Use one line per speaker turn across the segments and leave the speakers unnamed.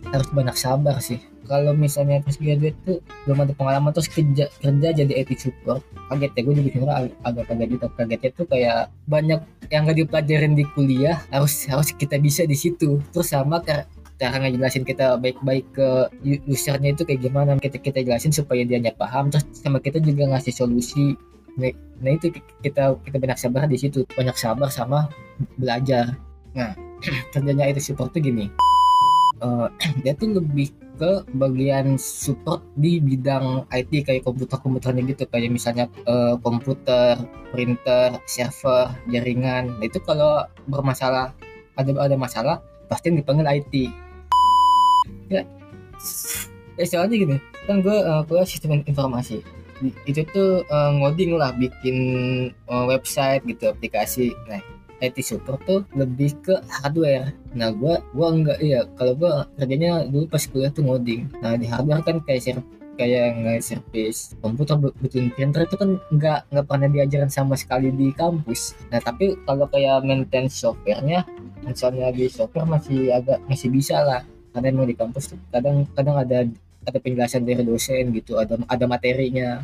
harus banyak sabar sih. Kalau misalnya fresh graduate tuh belum ada pengalaman terus kerja jadi IT support, kaget ya, gue juga sebenarnya agak kaget gitu. Kagetnya tuh kayak banyak yang gak dipelajarin di kuliah harus harus kita bisa di situ. Terus sama cara ngejelasin kita baik-baik ke usernya itu kayak gimana, kita jelasin supaya dianya paham, terus sama kita juga ngasih solusi. Nah, itu kita kita banyak sabar di situ, banyak sabar sama belajar. Nah, kerjanya IT support tuh gini, eh, dia tuh lebih ke bagian support di bidang IT kayak komputernya gitu, kayak misalnya komputer, printer, server, jaringan. Nah, itu kalau bermasalah, ada masalah pasti dipanggil IT. Ya, soalnya gini, kan gue kuliah sistem informasi. Itu tuh ngoding lah, bikin website gitu, aplikasi. Nah, IT support tuh lebih ke hardware. Nah, gua enggak, iya, kalau gua kerjanya dulu pas kuliah tuh ngoding. Nah, di hardware kan kayak nge-service komputer, bikin printer itu kan nggak pernah diajarin sama sekali di kampus. Nah, tapi kalau kayak maintain softwarenya, misalnya di software masih bisa lah, karena emang di kampus tuh kadang ada penjelasan dari dosen gitu, ada materinya.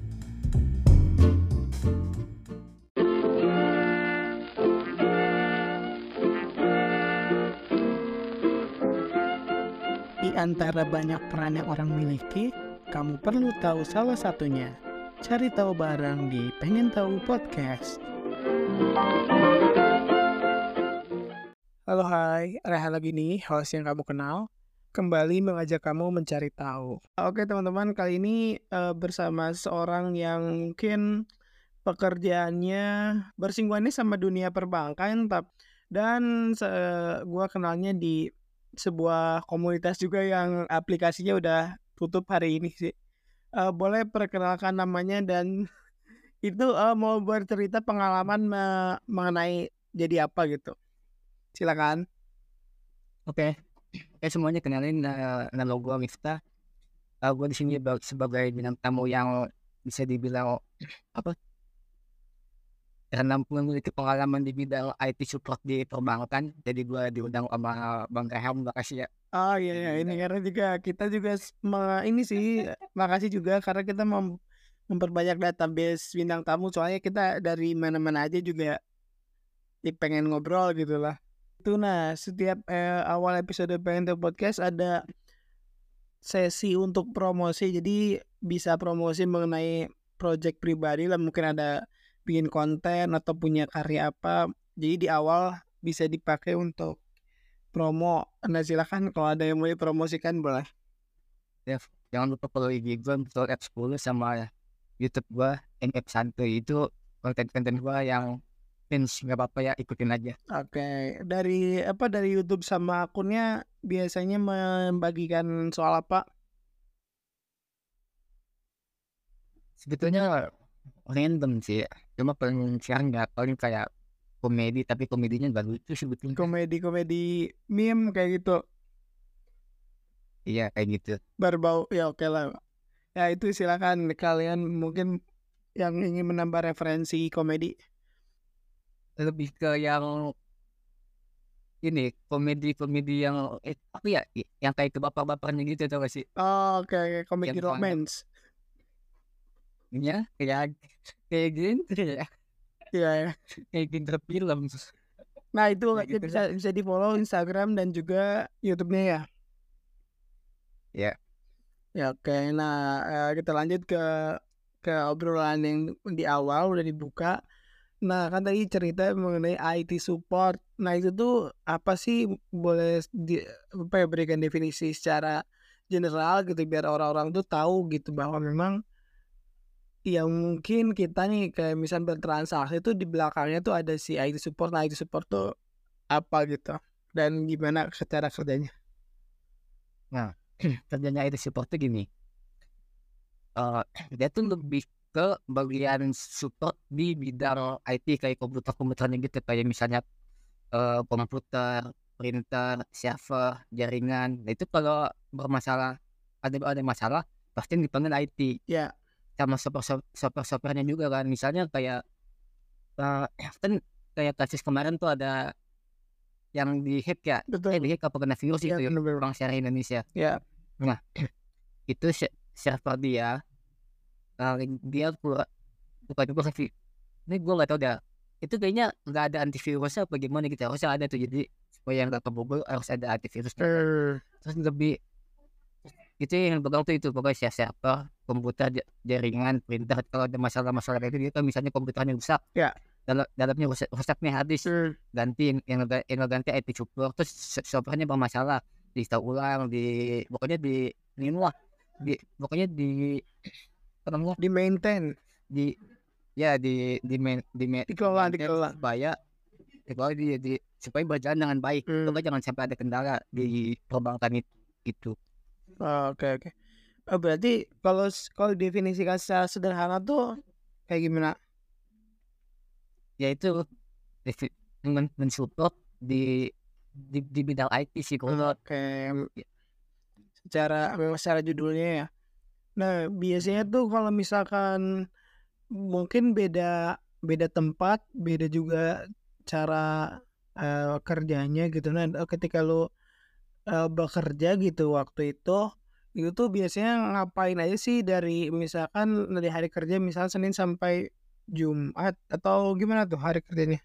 Di antara banyak peran yang orang miliki, kamu perlu tahu salah satunya. Cari tahu bareng di Pengen Tahu Podcast. Halo, hai, Rehan lagi nih, host yang kamu kenal. Kembali mengajak kamu mencari tahu. Oke teman-teman, kali ini bersama seorang yang mungkin pekerjaannya bersinggungannya sama dunia perbankan, dan gue kenalnya di sebuah komunitas juga yang aplikasinya udah tutup hari ini sih. Boleh perkenalkan namanya dan itu mau bercerita pengalaman mengenai jadi apa gitu. Silakan.
Oke, semuanya kenalin, nama gue Miftah. Gue di sini sebagai bintang tamu yang bisa dibilang apa? Karena memiliki pengalaman di bidang IT support di perbankan, jadi gue diundang sama Bang Rehan. Makasih ya.
Oh iya, iya, ini karena juga kita juga ini sih makasih juga karena kita memperbanyak database bintang tamu, soalnya kita dari mana-mana aja juga pengen ngobrol gitu lah. Itu nah setiap awal episode Pengen Tahu Podcast ada sesi untuk promosi, jadi bisa promosi mengenai project pribadi lah, mungkin ada bikin konten atau punya karya apa, jadi di awal bisa dipakai untuk promo. Nah silakan kalau ada yang mau dipromosikan boleh.
Ya, jangan lupa follow IG gue, betul F10, sama YouTube gue MF Santuy. Itu konten-konten gue yang pins, nggak apa-apa ya, ikutin aja.
Oke, dari YouTube sama akunnya biasanya membagikan soal apa?
Sebetulnya random sih, cuma paling sekarang nggak, paling kayak komedi, tapi komedinya nggak lucu sebetulnya.
Komedi meme kayak gitu,
Iya, kayak gitu.
berbau ya, oke lah ya, itu silakan kalian mungkin yang ingin menambah referensi komedi.
Lebih ke yang ini, komedi-komedi yang apa ya, yang kayak ke bapak-bapaknya gitu, tau gak sih?
Oh, oke, komedi
Yang soalnya
romance.
kayak kayak gitu ya,
Iya ya.
kayak gitu film.
Nah itu
Nah gitu
bisa
lah.
bisa di follow Instagram dan juga YouTube-nya ya.
Ya,
Ya oke. Nah kita lanjut ke obrolan yang di awal udah dibuka. Nah kan tadi cerita mengenai IT support. Nah itu tuh apa sih, boleh berikan definisi secara general gitu biar orang-orang tuh tahu gitu bahwa memang yang mungkin kita nih kayak misal bertransaksi tuh di belakangnya tuh ada si IT support. Nah IT support tuh apa gitu dan gimana cara kerjanya.
nah kerjanya IT support tuh gini, eh dia tuh lebih ke bagian support di bidang IT kayak komputernya gitu, kayak misalnya komputer, printer, server, jaringan. Nah, itu kalau bermasalah, ada masalah pasti dipanggil IT.
Ya.
Sama softwarenya juga kan, misalnya kayak kan kayak kasus kemarin tuh ada yang dihack ya.
Betul.
Dihack apa kena virus
Iya,
itu ya,
bener-bener.
bank syariah Indonesia.
Ya.
Nah, itu server dia dia bukan ini gue nggak tahu dah. Itu kayaknya nggak ada antivirusnya apa gimana gitu. Harusnya ada tuh, jadi supaya nggak kebobol harus ada antivirusnya. Terus lebih itu yang pegang tuh itu pokoknya server, komputer, jaringan, printer. Kalau ada masalah-masalah kayak gitu kan, misalnya komputernya rusak,
Ya.
dalamnya rusak nih habis, ganti yang ganti IT support. Terus servernya bermasalah, di-install ulang, pokoknya ini lah, pokoknya apa namanya,
Di maintain,
di
dikelola.
supaya supaya berjalan dengan baik. Pokoknya jangan sampai ada kendala di perbankan itu gitu.
Oke. Berarti kalau definisikan secara sederhana tuh kayak gimana?
Yaitu mensupport di bidang IT sih kalau
secara judulnya ya. Nah, biasanya tuh kalau misalkan mungkin beda tempat, beda juga cara kerjanya gitu. Nah, ketika lu bekerja gitu waktu itu tuh biasanya ngapain aja sih dari misalkan dari hari kerja misal Senin sampai Jumat atau gimana tuh hari kerjanya?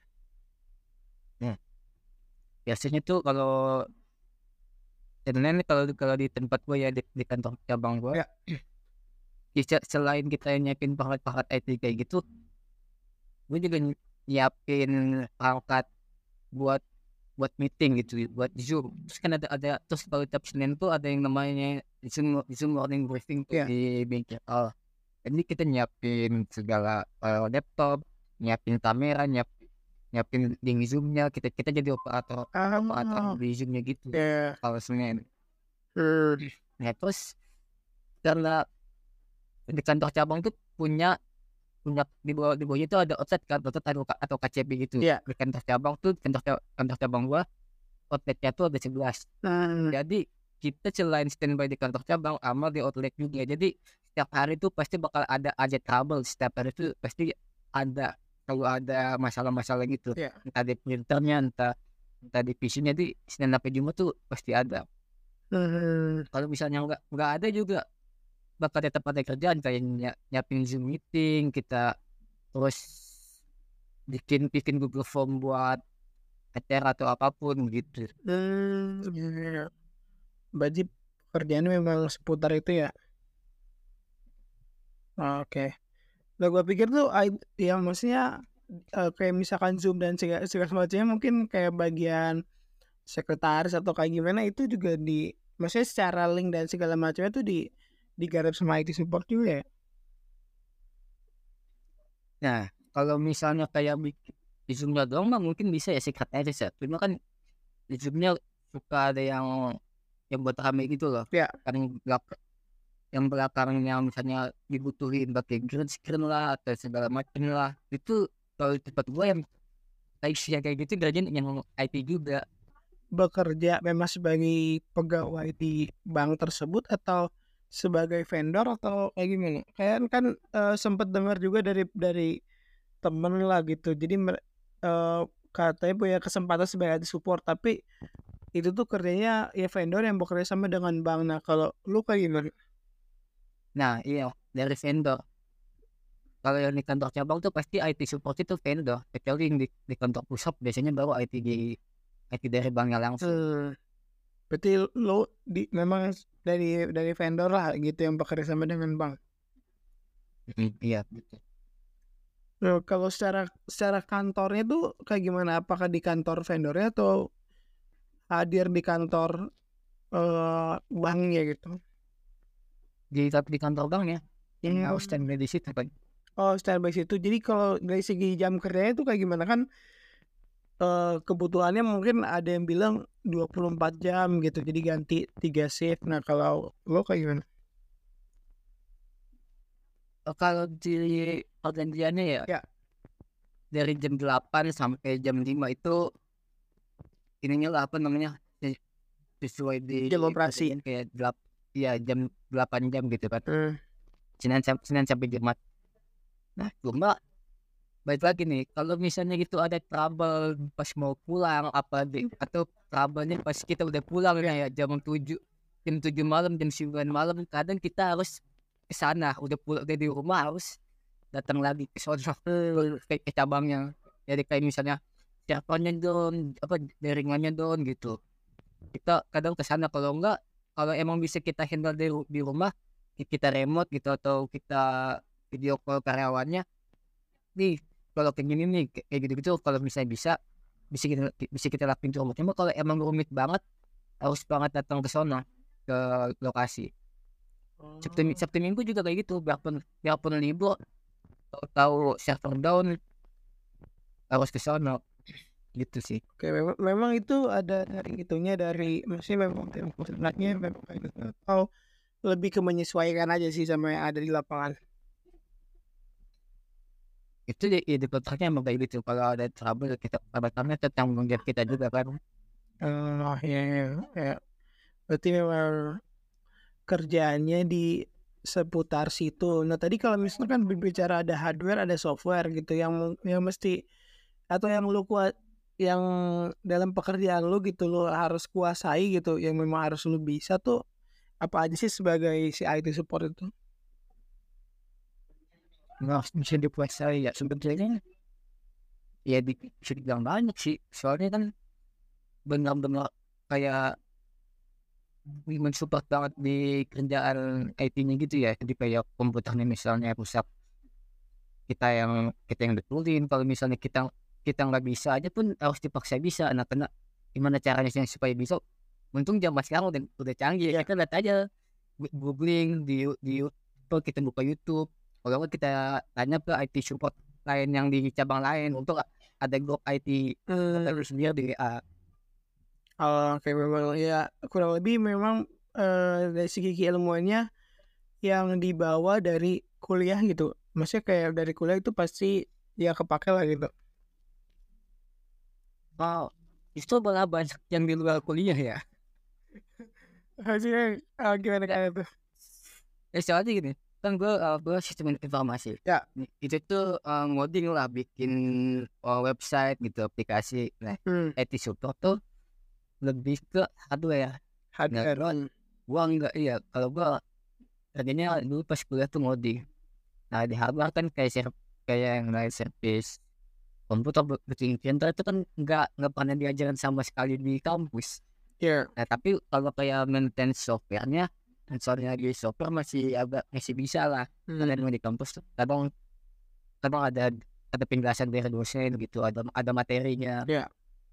Biasanya tuh kalau sebenarnya kalau di tempat gue ya, di kantor cabang gue
Ya.
Selain kita nyiapin perangkat IT kayak gitu, gue juga nyiapin perangkat buat meeting gitu, buat Zoom. Terus kan ada terus kalau tiap Senin tuh ada yang namanya Zoom morning briefing tuh di bengkel. Jadi kita nyiapin segala laptop, nyiapin kamera, nyiapin link Zoom-nya. Kita jadi operator di Zoom-nya gitu. Kalau Senin. Nah, terus karena di kantor cabang tuh punya di bawahnya itu ada outlet kan, atau KCP gitu. Di kantor cabang tuh kantor cabang gua outletnya tuh ada 11. Jadi kita selain standby di kantor cabang, amal di outlet juga. Jadi setiap hari tuh pasti bakal ada aja trouble. Setiap hari tuh pasti ada, kalau ada masalah-masalah gitu. Entah di printernya, entah di PC-nya, di Senin sampai Jumat tuh pasti ada. Kalau misalnya nggak ada juga bakal tetap ada kerjaan kayak nyiapin Zoom meeting kita, terus bikin Google Form buat acara atau apapun gitu.
Berarti kerjaan memang seputar itu ya. Oke. Nah, gue pikir tuh yang maksudnya kayak misalkan Zoom dan segala semacamnya mungkin kayak bagian sekretaris atau kayak gimana itu juga maksudnya secara link dan segala macamnya tuh digarap sama IT support juga ya.
Nah, kalau misalnya kayak di Zoom-nya doang mah mungkin bisa ya sekretaris ya. Cuma kan di Zoom-nya suka ada yang buat rame gitu loh. Kan yang belakangnya misalnya dibutuhin pakai green screen lah atau segala macam lah. Itu kalau tempat gue yang kayak gitu kerjaan yang IT juga.
Bekerja memang sebagai pegawai di bank tersebut atau sebagai vendor atau kayak gimana? Kayak kan sempat dengar juga dari temen lah gitu. Jadi katanya punya kesempatan sebagai support, tapi itu tuh kerjanya ya vendor yang bekerja sama dengan bank. Nah, kalau lu kayak gimana?
Nah, iya dari vendor. Kalau yang di kantor cabang tuh pasti IT support itu vendor. Kecuali yang di kantor pusat biasanya baru IT dari banknya langsung.
Berarti lo memang dari vendor lah gitu yang bekerja sama dengan bank.
Iya betul.
Kalau secara kantornya tuh kayak gimana? Apakah di kantor vendornya atau hadir di kantor banknya gitu?
Di kantor banknya. Ini harus standby di situ kan.
Oh, standby situ. Jadi kalau dari segi jam kerjanya itu kayak gimana kan? Kebutuhannya mungkin ada yang bilang 24 jam gitu, jadi ganti 3 shift. Nah, kalau lo kayak gimana?
Kalau di perjanjiannya ya dari jam 8 sampai jam 5 itu ininya lah apa namanya, sesuai di
jam operasi
kayak jam 8 jam gitu kan. Senin sampai Jumat. Nah, cuma Baik lagi nih, kalau misalnya gitu ada trouble pas mau pulang atau trouble-nya pas kita udah pulang ya jam 7 malam, jam 9 malam, kadang kita harus ke sana, udah di rumah harus datang lagi ke sono ke cabangnya. Jadi kayak misalnya servernya down, jaringannya down gitu. Kita kadang ke sana, kalau emang bisa kita handle di rumah, kita remote gitu atau kita video call karyawannya. Nih, kalau kayak gini nih, kayak gitu-gitu kalau misalnya bisa kita lakuin di rumah. Cuma kalau emang rumit banget, harus banget datang ke sana, ke lokasi. Sabtu Minggu juga kayak gitu, biarpun libur, tahu server down, harus ke sana gitu sih.
Oke, memang itu ada dari itunya, dari maksudnya memang sebenarnya memang kayak gitu, atau lebih ke menyesuaikan aja sih sama yang ada di lapangan.
Itu di kontraknya emang kayak gitu. Kalau ada trouble kita pertama tanggung jawab kita juga kan.
Oh ya. Berarti memang kerjaannya di seputar situ. Nah tadi kalau misalkan berbicara ada hardware, ada software gitu yang mesti, atau yang lu kuat, yang dalam pekerjaan lu gitu lu harus kuasai gitu, yang memang harus lu bisa tuh, apa aja sih sebagai si IT support itu?
Nggak bisa dikuasai ya sebenarnya, ya bisa dibilang banyak sih. Soalnya kan benar-benar kayak mensupport banget di kerjaan IT-nya gitu ya. Jadi kayak komputernya misalnya rusak, kita yang betulin. Kalau misalnya kita nggak bisa aja pun harus dipaksa bisa. Nah, karena gimana caranya sih supaya bisa? Untung zaman sekarang udah canggih ya. Kita lihat aja, googling di YouTube, kita buka YouTube. Kalau nggak kita tanya ke IT support lain yang di cabang lain, untuk ada grup IT terus sendiri di WA.
Oke, memang ya kurang lebih memang dari segi keilmuannya yang dibawa dari kuliah gitu. Maksudnya kayak dari kuliah itu pasti ya kepake lah gitu.
Wow, justru malah banyak yang di luar kuliah ya.
Maksudnya gimana kayak itu?
Soalnya gini, kan gue sistem informasi.
Ya.
Itu tuh ngoding lah, bikin website gitu, aplikasi. Nah, IT support tuh lebih ke hardware. Nah,
Hardware.
gua enggak, iya. Kalau gua kerjanya dulu pas kuliah tuh ngoding. Nah, di hardware kan kayak yang lain service komputer, bikin printer itu kan nggak pernah diajarin sama sekali di kampus.
Ya.
Nah, tapi kalau kayak maintain softwarenya, soalnya di software masih bisa lah. Karena di kampus tuh kadang ada penjelasan dari dosen gitu, ada materinya.
Ya.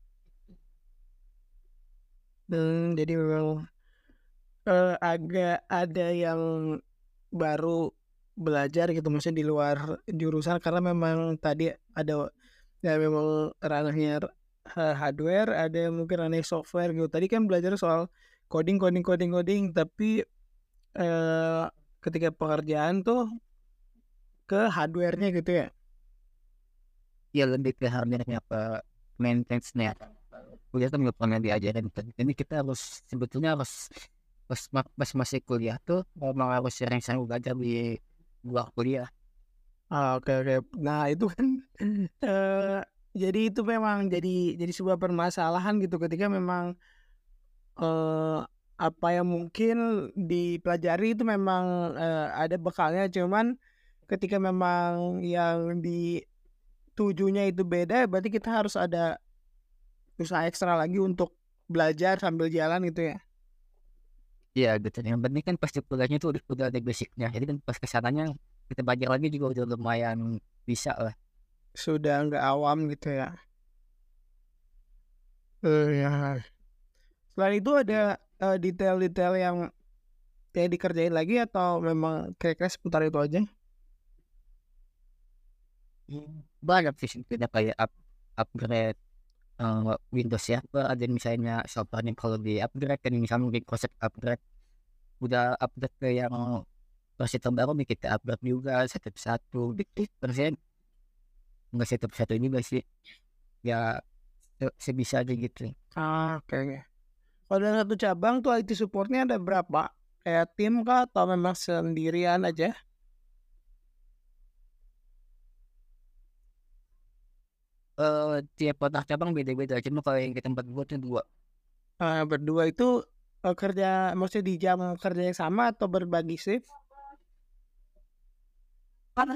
Jadi memang agak ada yang baru belajar gitu, maksudnya di luar jurusan, karena memang tadi ada ya memang ranahnya hardware, ada yang mungkin ranahnya software gitu. Tadi kan belajar soal coding, tapi ketika pekerjaan tuh ke hardware-nya gitu ya.
Ya lebih ke hardware-nya, apa maintenance-nya. Kuliah kan nggak pernah diajarin. Jadi kita sebetulnya pas masih kuliah tuh memang harus sering-sering belajar di luar kuliah.
Oke. Nah itu kan jadi itu memang jadi sebuah permasalahan gitu ketika memang apa yang mungkin dipelajari itu memang ada bekalnya, cuman ketika memang yang ditujunya itu beda, berarti kita harus ada usaha ekstra lagi untuk belajar sambil jalan gitu ya.
Iya gitu. Yang penting kan pas di kuliahnya tuh udah ada basicnya. Jadi kan pas kesananya kita belajar lagi juga udah lumayan bisa lah.
Sudah nggak awam gitu ya. Ya. Selain itu ada detail-detail yang kayak dikerjain lagi, atau memang kira-kira seputar itu aja?
Banyak sih sebetulnya, kayak upgrade Windows ya. Ada misalnya softwarenya kalau di upgrade kan, misalnya Microsoft upgrade, udah upgrade ke yang versi terbaru nih, kita upgrade juga satu-satu. Versi nggak satu-satu juga sih. Ya sebisa aja gitu.
Oke. Kalau dalam satu cabang tuh IT supportnya ada berapa? Kayak tim kah atau memang sendirian aja?
Tiap otak cabang beda-beda, cuma kalau yang kita berdua tuh dua.
Berdua itu kerja maksudnya di jam kerja yang sama atau berbagi shift?
Kan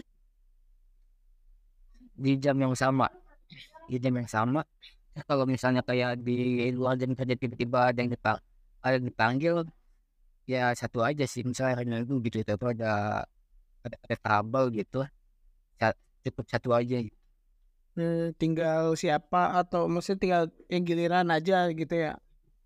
di jam yang sama, di jam yang sama. Kalau misalnya kayak di luar jam kerja tiba-tiba ada yang dipanggil, ya satu aja sih, misalnya hari Minggu gitu, tapi ada trouble gitu, sa- cukup satu aja.
Tinggal siapa atau maksudnya tinggal yang giliran aja gitu ya?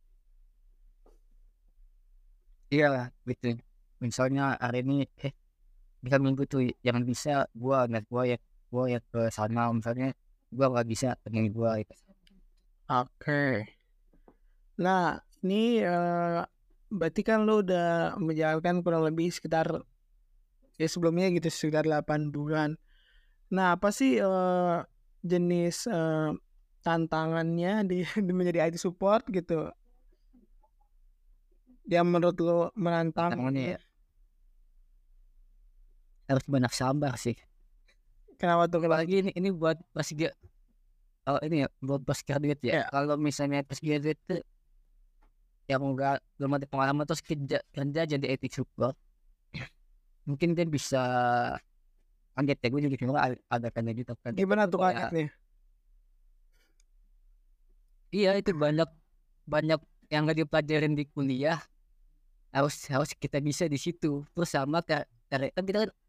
Iya gitu, misalnya hari ini bisa Minggu tuh yang bisa gua ya ke sana, misalnya gua nggak bisa pengen gua gitu.
Oke. Nah, ini berarti kan lo udah menjalankan kurang lebih sekitar ya sebelumnya gitu sekitar 8 bulan. Nah, apa sih jenis tantangannya di, di menjadi IT support gitu yang menurut lo menantang?
Tantangannya ya harus banyak sabar sih,
Kenapa tuh? Kenapa?
apalagi ini buat pas dia, kalau ini ya buat pas graduate ya,
Ya,
kalau misalnya pas graduate tuh yang enggak belum ada pengalaman terus kerja kerja jadi IT support, mungkin dia bisa kaget ya, gue juga kira ada kaget gitu, kaget
gimana
itu
tuh
kayak
kagetnya?
iya itu banyak banyak yang nggak dipelajarin di kuliah, harus harus kita bisa di situ. Terus sama kayak kan kita kan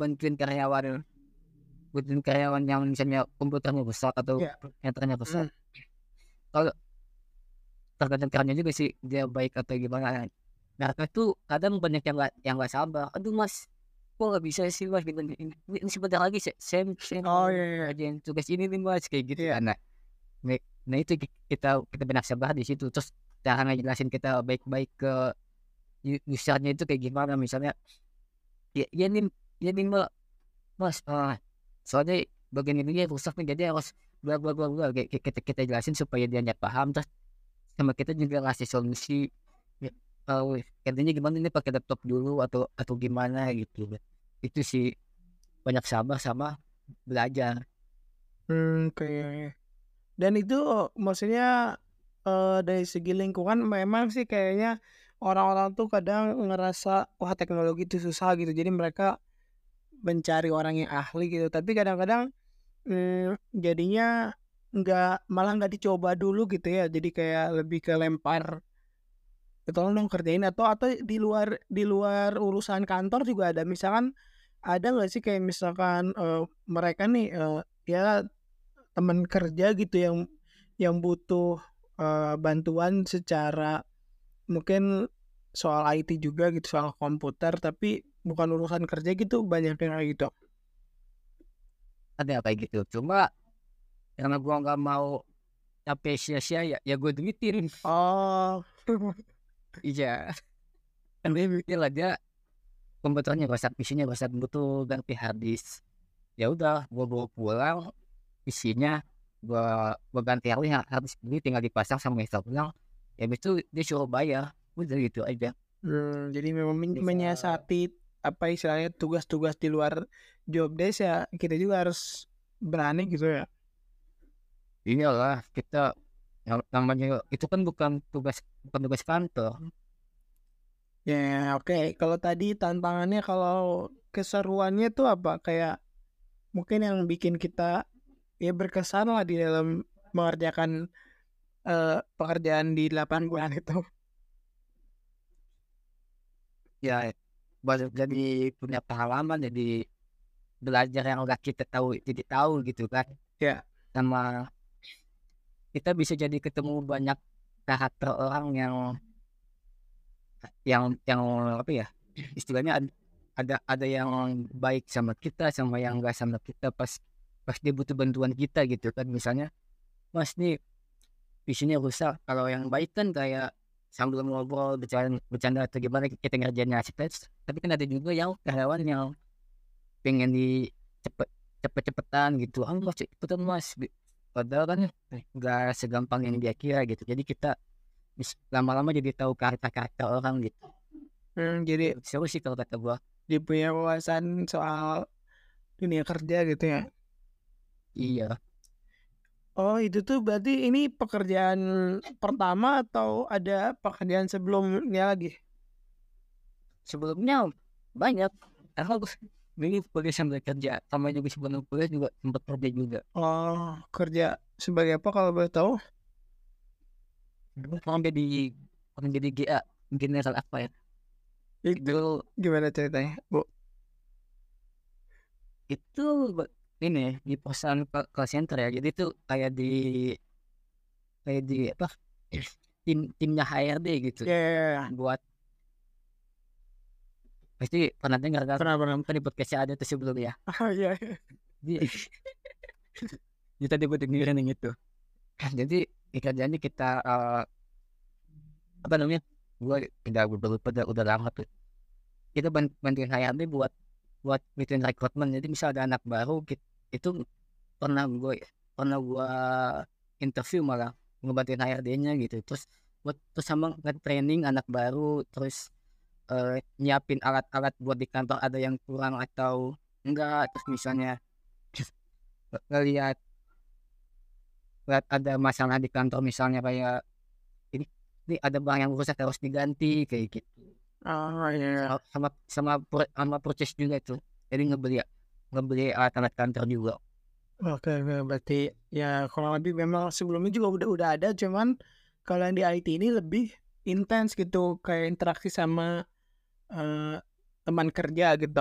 bantuin karyawan yang misalnya komputernya rusak atau
Ya.
printernya rusak,
Hmm.
kalau tergantung caranya juga sih dia baik atau gimana. Mereka tuh kadang banyak yang nggak sabar, aduh mas kok nggak bisa sih mas gitu, ini sebentar lagi saya
Oh
mau
iya, iya.
ngerjain tugas ini nih mas, kayak gitu
Iya.
kan. Nah itu kita banyak sabar di situ, terus cara ngejelasin kita baik-baik ke usernya itu kayak gimana, misalnya ya nih, ya nih mbak mas, soalnya bagian ini rusak nih jadi harus bla bla bla bla, kayak kita jelasin supaya dia paham, terus sama kita juga ngasih solusi ya, katanya gimana ini pakai laptop dulu atau gimana gitu. Itu sih banyak sabar sama belajar.
Oke. Dan itu maksudnya dari segi lingkungan memang sih kayaknya orang-orang tuh kadang ngerasa wah teknologi itu susah gitu. Jadi mereka mencari orang yang ahli gitu. Tapi kadang-kadang jadinya malah nggak dicoba dulu gitu ya. Jadi kayak lebih ke lempar, "Ya tolong dong kerjain," atau di luar urusan kantor juga ada. Misalkan ada nggak sih kayak misalkan mereka nih ya teman kerja gitu yang butuh bantuan secara mungkin soal IT juga gitu, soal komputer tapi bukan urusan kerja gitu, banyak yang kayak gitu.
Ada kayak gitu, cuma karena gua nggak mau capek sia-sia, ya gue duitin.
Oh.
Iya, kan dia mikir lah, dia komputernya rusak, PC-nya rusak, butuh ganti hard disk. Ya udah gua bawa pulang PC-nya, gua ganti hard disk ini, tinggal dipasang sama install ulang, ya habis itu dia suruh bayar, udah gitu aja.
Jadi memang
Bisa
menyiasati apa istilahnya tugas-tugas di luar job desk ya kita juga harus berani gitu ya.
inilah kita, yang namanya itu kan bukan tugas kantor.
Ya, oke. Kalau tadi tantangannya, kalau keseruannya tuh apa? Kayak mungkin yang bikin kita ya berkesan lah di dalam mengerjakan pekerjaan di 8 bulan itu.
Ya baru jadi punya pengalaman, jadi belajar yang nggak kita tahu jadi tahu gitu kan,
Ya.
sama kita bisa jadi ketemu banyak karakter orang yang apa ya, istilahnya ada yang baik sama kita, sama yang enggak sama kita, pas pas dia butuh bantuan kita gitu kan, misalnya mas nih visinya rusak, kalau yang baik kan kayak sambil ngobrol bercanda bercanda atau gimana kita ngerjainnya asik, tapi kan ada juga yang karyawan yang pengen di cepet cepet-cepetan gitu, mas cepetan mas, padahal kan nggak segampang yang dia kira gitu, jadi kita lama-lama jadi tahu karakter orang gitu.
Jadi
Seru sih kalau kata gua.
dia punya wawasan soal dunia kerja gitu ya.
Iya.
Oh, itu tuh berarti ini pekerjaan pertama atau ada pekerjaan sebelumnya lagi?
Sebelumnya banyak, karena gue ini sebagai sambil kerja sama juga sebelum kuliah juga sempat kerja juga.
Oh, kerja sebagai apa kalau boleh tahu?
Dulu pernah jadi GA, general apa ya,
Itu
dulu
gimana ceritanya, Bu?
itu ini di perusahaan call center ya, jadi itu kayak di apa, timnya HRD gitu,
Ya, ya, ya.
buat pasti pernah dengar kan,
Pernah, pernah.
kan di podcastnya ada tuh sebelumnya.
Ah, iya, iya.
Jadi kita dibuat dengerin yang itu. Jadi kerjanya kita apa namanya, gue udah lama tuh, kita bantuin HRD buat bikin rekrutmen. Jadi misal ada anak baru itu pernah gue interview, malah ngebantuin HRD-nya gitu, terus sama nge-training anak baru, terus nyiapin alat-alat buat di kantor ada yang kurang atau enggak, terus misalnya ngelihat ada masalah di kantor, misalnya kayak ini ini ada barang yang rusak harus diganti kayak gitu.
Oh, iya, iya.
Sama proses juga itu, jadi ngebeli alat-alat kantor juga.
Oke, oke, berarti ya kurang lebih memang sebelumnya juga udah ada, cuman kalau yang di IT ini lebih intens gitu, kayak interaksi sama eh, teman kerja gitu.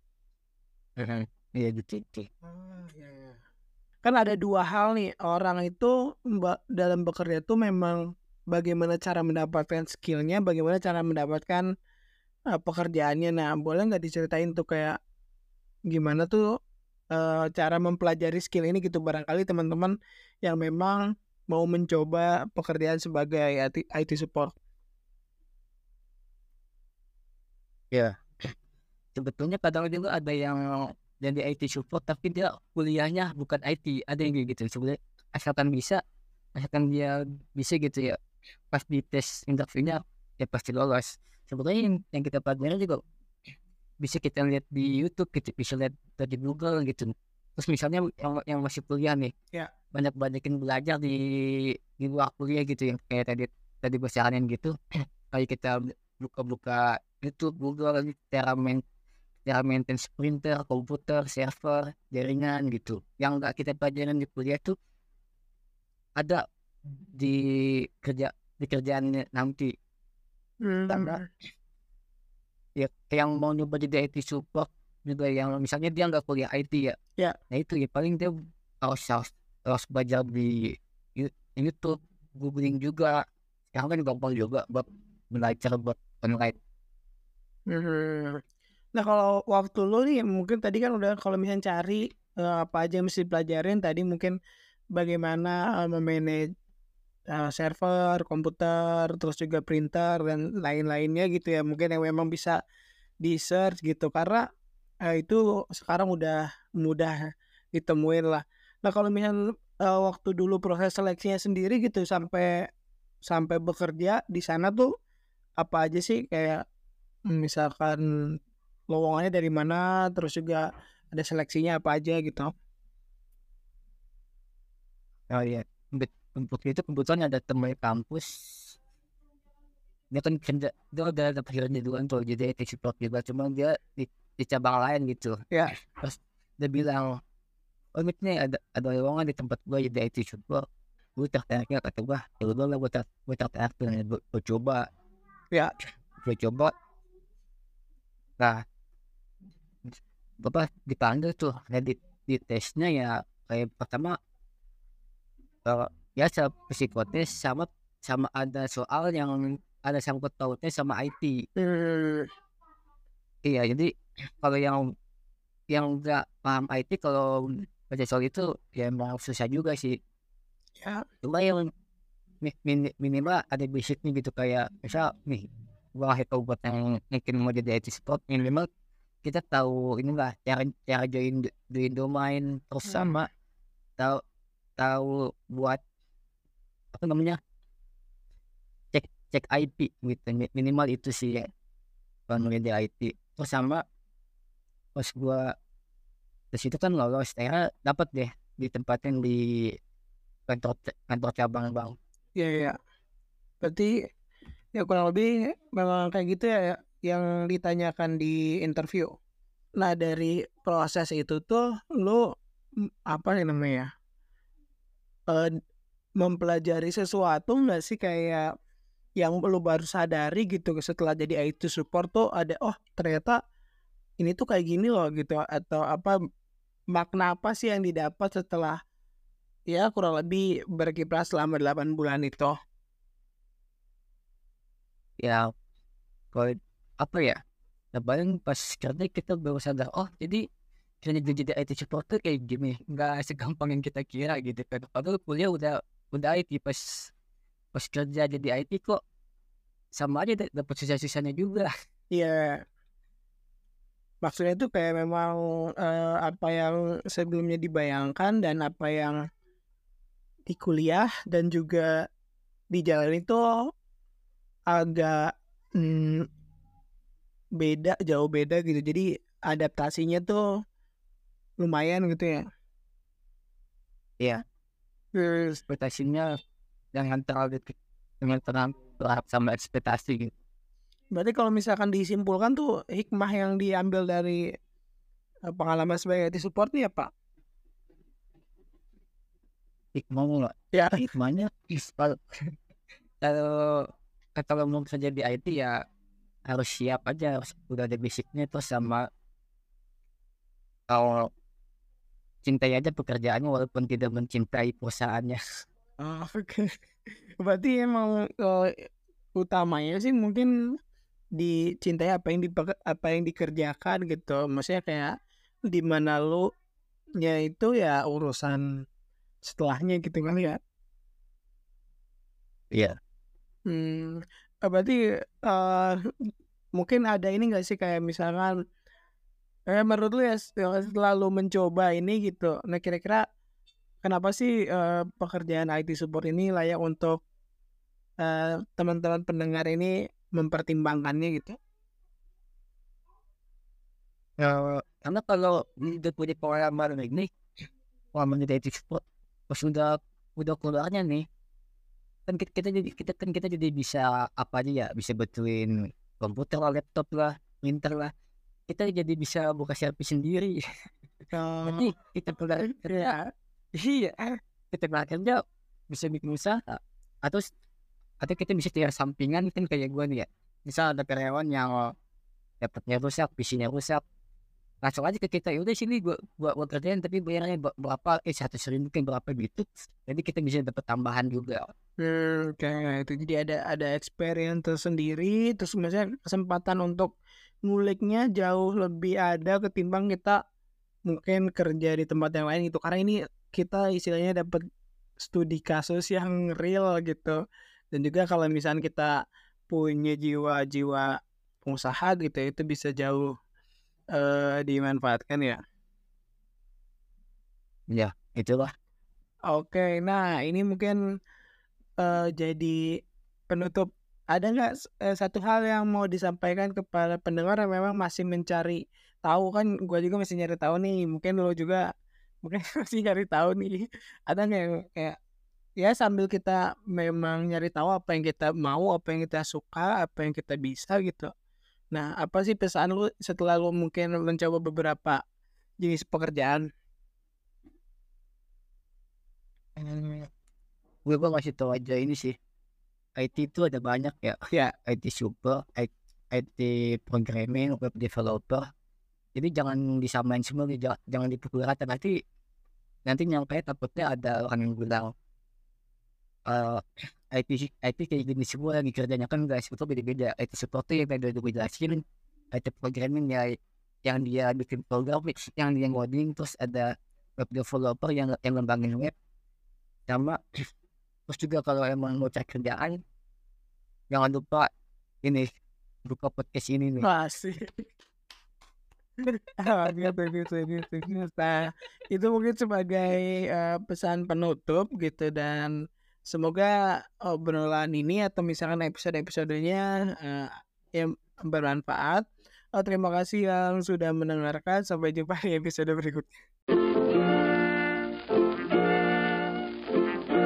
Iya gitu.
Ah, iya, iya. Kan ada dua hal nih, orang itu dalam bekerja itu memang bagaimana cara mendapatkan skillnya, bagaimana cara mendapatkan pekerjaannya. Nah, boleh nggak diceritain tuh kayak gimana tuh cara mempelajari skill ini gitu, barangkali teman-teman yang memang mau mencoba pekerjaan sebagai IT support.
Ya, sebetulnya kadang juga ada yang jadi IT support tapi dia kuliahnya bukan IT, ada yang kayak gitu sebenarnya. Asalkan dia bisa gitu ya, pas di tes interviewnya ya pasti lolos. Sebetulnya yang kita pelajari juga bisa kita lihat di YouTube gitu, bisa lihat dari Google gitu. Terus misalnya yang masih kuliah nih,
Ya.
banyakin belajar di luar kuliah gitu, yang kayak tadi tadi gue saranin gitu. Kayak kita buka-buka YouTube, Google, cara maintenance printer, komputer, server, jaringan gitu. Yang nggak kita pelajarin di kuliah tuh ada di di kerjaan nanti. Karena
Hmm.
ya kayak yang mau nyoba jadi IT support juga, yang misalnya dia nggak kuliah IT ya,
Ya.
nah itu ya paling dia harus harus, harus belajar di YouTube, googling juga. Sekarang kan gampang juga buat belajar buat online.
Hmm. Nah, kalau waktu lu nih mungkin tadi kan udah, kalau misalnya cari apa aja yang mesti pelajarin tadi, mungkin bagaimana memanage server, komputer, terus juga printer dan lain-lainnya gitu ya. Mungkin yang memang bisa di search gitu, karena itu sekarang udah mudah ditemuin lah. Nah, kalau misalnya waktu dulu proses seleksinya sendiri gitu sampai sampai bekerja di sana tuh apa aja sih, kayak misalkan lowongannya dari mana, terus juga ada seleksinya apa aja gitu.
Oh iya, untuk itu kebetulan ada teman kampus, dia kan kerja, dia udah dapat kerja duluan tuh jadi IT support juga, cuma dia di cabang lain gitu.
Ya.
Terus dia bilang, oh ini ada lowongan di tempat gua jadi IT support, gue tertariknya, kata gua ya udah lah, gue tertarik tuh, gue coba.
Ya.
Gue coba, nah bapak dipanggil tuh. Nah, di tesnya ya kayak pertama ya psikotes, sama sama ada soal yang ada sangkut pautnya sama IT.
Hmm.
Iya, jadi kalau yang nggak paham IT, kalau baca soal itu ya emang susah juga sih.
Ya.
Cuma yang minimal ada basicnya gitu, kayak misal nih gua ngasih tau buat yang mungkin mau jadi IT support, minimal kita tahu inilah cara cara join domain, terus
Hmm.
sama tahu tahu buat apa namanya, cek cek IP gitu. Minimal itu sih ya kalau di IT. Terus sama pas gua ke situ kan lolos, dapat deh ditempatin kantor cabang bang.
Iya, iya. Berarti ya kurang lebih memang kayak gitu ya yang ditanyakan di interview. Nah, dari proses itu tuh lu apa nih namanya? eh, Mempelajari sesuatu nggak sih kayak yang lu baru sadari gitu setelah jadi IT support tuh ada oh ternyata ini tuh kayak gini loh gitu atau apa makna apa sih yang didapat setelah ya kurang lebih berkiprah selama 8 bulan itu.
Ya kalau apa ya, nah paling pas kerja kita baru sadar, oh jadi kerja jadi IT support tuh kayak gini, nggak segampang yang kita kira gitu kan. Padahal kuliah udah IT, pas pas kerja jadi IT kok sama aja dapat sisa-sisanya juga.
Iya, maksudnya itu kayak memang apa yang sebelumnya dibayangkan dan apa yang di kuliah dan juga di jalan itu agak mm, beda, jauh beda gitu. Jadi adaptasinya tuh lumayan gitu ya.
Ya
Terus
ekspektasinya dengan terlalu berharap sama ekspektasi gitu.
berarti kalau misalkan disimpulkan tuh hikmah yang diambil dari pengalaman sebagai IT support nih apa?
Hikmah lah,
Ya,
hikmahnya kalau kalau kalau mau kerja di IT ya harus siap aja, harus udah ada basicnya tuh, sama kalau cintai aja pekerjaannya walaupun tidak mencintai perusahaannya.
oh, oke. Berarti emang utamanya sih mungkin dicintai apa yang dikerjakan gitu. Maksudnya kayak di mana lu nya itu ya urusan setelahnya gitu kan ya.
Iya.
Hmm, berarti eh, mungkin ada ini nggak sih kayak misalkan menurut lu ya setelah lu mencoba ini gitu. Nah kira-kira kenapa sih pekerjaan IT support ini layak untuk teman-teman pendengar ini mempertimbangkannya gitu?
Karena kalau udah punya pengalaman ini, pengalaman di IT support, pas udah keluarnya nih, kan kita jadi bisa apa aja ya, bisa betulin komputer lah, laptop lah, printer lah, kita jadi bisa buka servis sendiri. Nanti kita keluar kerja,
Ya,
iya, kita keluar kerja bisa bikin usaha, atau atau kita bisa tiar sampingan kan, kayak gue nih ya, misal ada karyawan yang laptopnya rusak, PC-nya rusak, langsung aja ke kita, ya udah sini gua kerjain, tapi bayarnya berapa, 100.000 mungkin berapa gitu, jadi kita bisa dapat tambahan juga.
kayak itu jadi ada experience tersendiri terus misalnya kesempatan untuk nguliknya jauh lebih ada ketimbang kita mungkin kerja di tempat yang lain gitu karena ini kita istilahnya dapat studi kasus yang real gitu dan juga kalau misalnya kita punya jiwa-jiwa pengusaha gitu itu bisa jauh dimanfaatkan ya.
Ya itulah.
Oke, nah ini mungkin jadi penutup ada nggak satu hal yang mau disampaikan kepada pendengar yang memang masih mencari tahu kan gue juga masih nyari tahu nih mungkin lo juga mungkin masih nyari tahu nih ada nggak yang kayak ya sambil kita memang nyari tahu apa yang kita mau apa yang kita suka apa yang kita bisa gitu nah apa sih pesan lu setelah lu mungkin mencoba beberapa jenis pekerjaan.
Gue masih tahu aja ini sih, IT itu ada banyak ya,
Ya,
IT super, IT programming, web developer, jadi jangan disamain semua nih, jangan dipukul rata, nanti nanti nyangka takutnya ada orang yang bilang eh IT kayak gini semua lagi kerjanya, kan guys itu beda-beda. IT support yang tadi udah gue jelasin, IT programming ya yang dia bikin program, yang dia ngoding, terus ada web developer yang ngembangin web, sama terus juga kalau emang mau cari kerjaan, jangan lupa ini, buka podcast ini nih.
masih. Gitu, gitu, gitu, gitu. Nah, itu mungkin sebagai pesan penutup gitu dan semoga obrolan ini atau misalkan episode-episodenya yang bermanfaat. Terima kasih yang sudah mendengarkan. Sampai jumpa di episode berikutnya.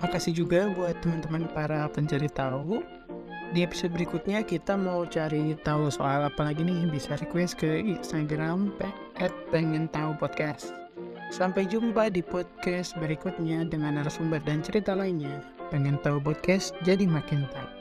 Makasih juga buat teman-teman para pencari tahu. Di episode berikutnya kita mau cari tahu soal apa lagi nih, bisa request ke Instagram @pengentaupodcast. Sampai jumpa di podcast berikutnya dengan narasumber dan cerita lainnya. Pengen tahu podcast jadi makin tahu.